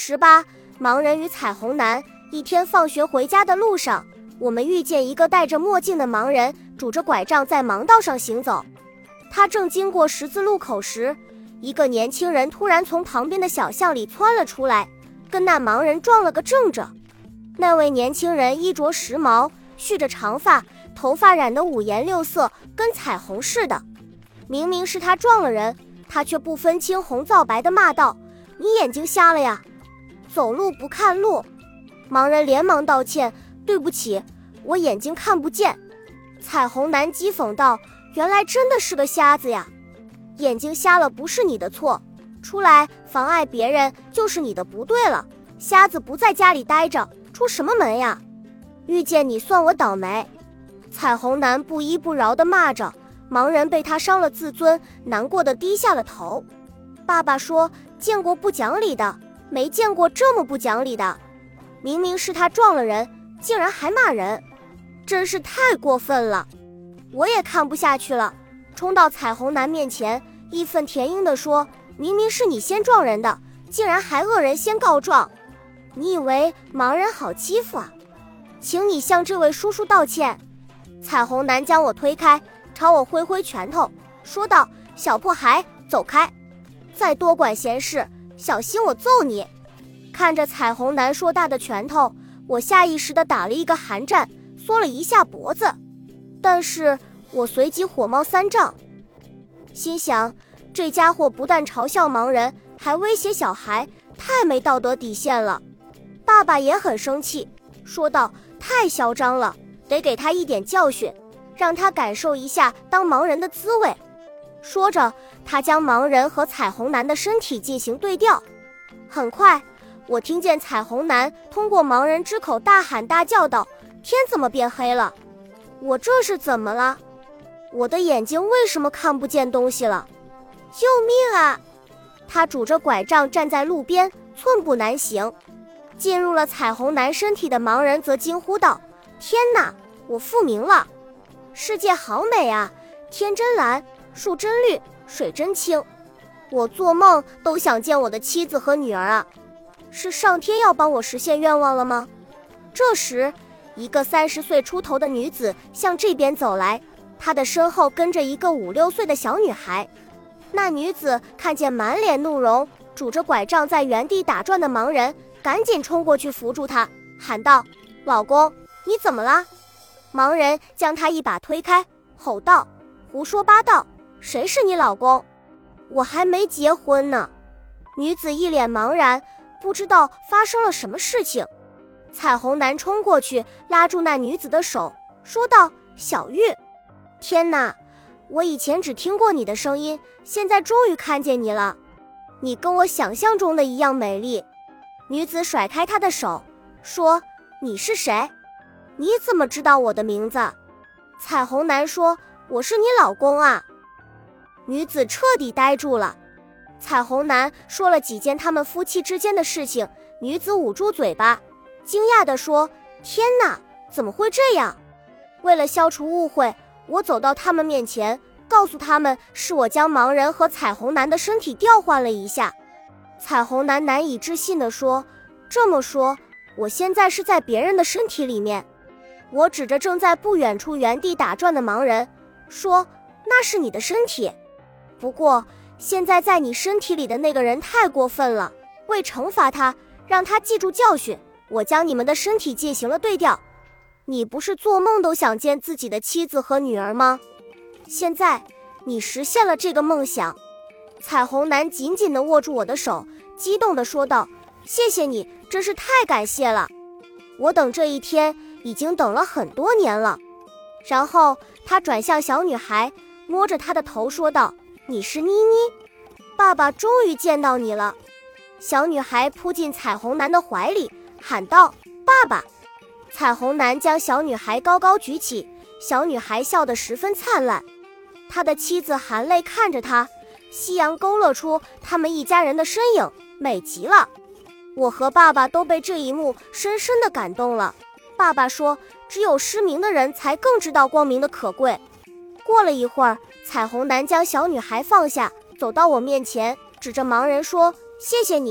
18盲人与彩虹男。一天放学回家的路上，我们遇见一个戴着墨镜的盲人，拄着拐杖在盲道上行走。他正经过十字路口时，一个年轻人突然从旁边的小巷里窜了出来，跟那盲人撞了个正着。那位年轻人衣着时髦，蓄着长发，头发染得五颜六色，跟彩虹似的。明明是他撞了人，他却不分青红皂白地骂道：“你眼睛瞎了呀？走路不看路！”盲人连忙道歉：“对不起，我眼睛看不见。”彩虹男讥讽道：“原来真的是个瞎子呀！眼睛瞎了不是你的错，出来妨碍别人就是你的不对了。瞎子不在家里待着，出什么门呀？遇见你算我倒霉！”彩虹男不依不饶地骂着，盲人被他伤了自尊，难过地低下了头。爸爸说：“见过不讲理的，没见过这么不讲理的。明明是他撞了人，竟然还骂人，真是太过分了。”我也看不下去了，冲到彩虹男面前，义愤填膺地说：“明明是你先撞人的，竟然还恶人先告状！你以为盲人好欺负啊？请你向这位叔叔道歉。”彩虹男将我推开，朝我挥挥拳头，说道：“小破孩，走开！再多管闲事，小心我揍你！”看着彩虹男硕大的拳头，我下意识地打了一个寒战，缩了一下脖子。但是我随即火冒三丈，心想这家伙不但嘲笑盲人，还威胁小孩，太没道德底线了。爸爸也很生气，说道：“太嚣张了，得给他一点教训，让他感受一下当盲人的滋味。”说着，他将盲人和彩虹男的身体进行对调。很快，我听见彩虹男通过盲人之口大喊大叫道：“天怎么变黑了？我这是怎么了？我的眼睛为什么看不见东西了？救命啊！”他拄着拐杖站在路边，寸步难行。进入了彩虹男身体的盲人则惊呼道：“天哪，我复明了！世界好美啊，天真蓝，树真绿，水真清。我做梦都想见我的妻子和女儿啊！是上天要帮我实现愿望了吗？”这时，一个30岁出头的女子向这边走来，她的身后跟着一个5、6岁的小女孩。那女子看见满脸怒容、拄着拐杖在原地打转的盲人，赶紧冲过去扶住他，喊道：“老公，你怎么了？”盲人将他一把推开，吼道：“胡说八道，谁是你老公？我还没结婚呢！”女子一脸茫然，不知道发生了什么事情。彩虹男冲过去拉住那女子的手，说道：“小玉，天哪，我以前只听过你的声音，现在终于看见你了，你跟我想象中的一样美丽。”女子甩开他的手，说：“你是谁？你怎么知道我的名字？”彩虹男说：“我是你老公啊。”女子彻底呆住了。彩虹男说了几件他们夫妻之间的事情，女子捂住嘴巴，惊讶地说：“天哪，怎么会这样？”为了消除误会，我走到他们面前，告诉他们是我将盲人和彩虹男的身体调换了一下。彩虹男难以置信地说：“这么说，我现在是在别人的身体里面？”我指着正在不远处原地打转的盲人，说：“那是你的身体。不过，现在在你身体里的那个人太过分了，为惩罚他，让他记住教训，我将你们的身体进行了对调。你不是做梦都想见自己的妻子和女儿吗？现在你实现了这个梦想。”彩虹男紧紧地握住我的手，激动地说道：“谢谢你，真是太感谢了。我等这一天已经等了很多年了。”然后他转向小女孩，摸着她的头说道：“你是妮妮，爸爸终于见到你了。”小女孩扑进彩虹男的怀里，喊道：“爸爸！”彩虹男将小女孩高高举起，小女孩笑得十分灿烂。他的妻子含泪看着他，夕阳勾勒出他们一家人的身影，美极了。我和爸爸都被这一幕深深地感动了。爸爸说，只有失明的人才更知道光明的可贵。过了一会儿，彩虹男将小女孩放下，走到我面前，指着盲人说：“谢谢你，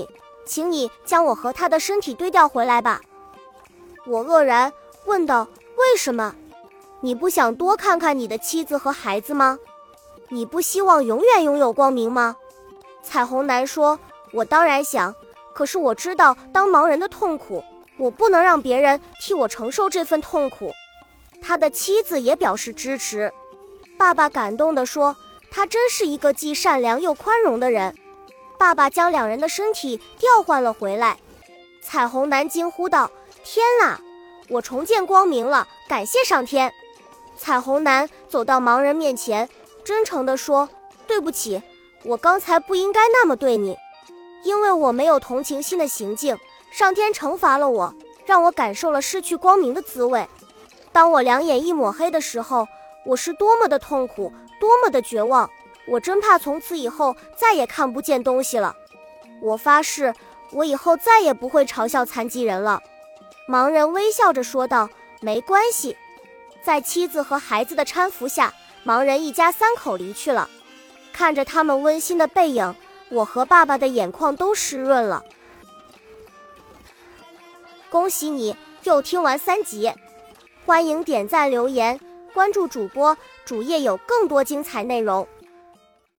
请你将我和他的身体堆调回来吧。”我愕然问道：“为什么？你不想多看看你的妻子和孩子吗？你不希望永远拥有光明吗？”彩虹男说：“我当然想，可是我知道当盲人的痛苦，我不能让别人替我承受这份痛苦。”他的妻子也表示支持。爸爸感动地说：“他真是一个既善良又宽容的人。”爸爸将两人的身体调换了回来。彩虹男惊呼道：“天啊，我重见光明了，感谢上天！”彩虹男走到盲人面前，真诚地说：“对不起，我刚才不应该那么对你，因为我没有同情心的行径，上天惩罚了我，让我感受了失去光明的滋味。当我两眼一抹黑的时候，我是多么的痛苦，多么的绝望，我真怕从此以后再也看不见东西了。我发誓，我以后再也不会嘲笑残疾人了。”盲人微笑着说道：“没关系。”在妻子和孩子的搀扶下，盲人一家三口离去了。看着他们温馨的背影，我和爸爸的眼眶都湿润了。恭喜你又听完3集，欢迎点赞留言，关注主播，主页有更多精彩内容。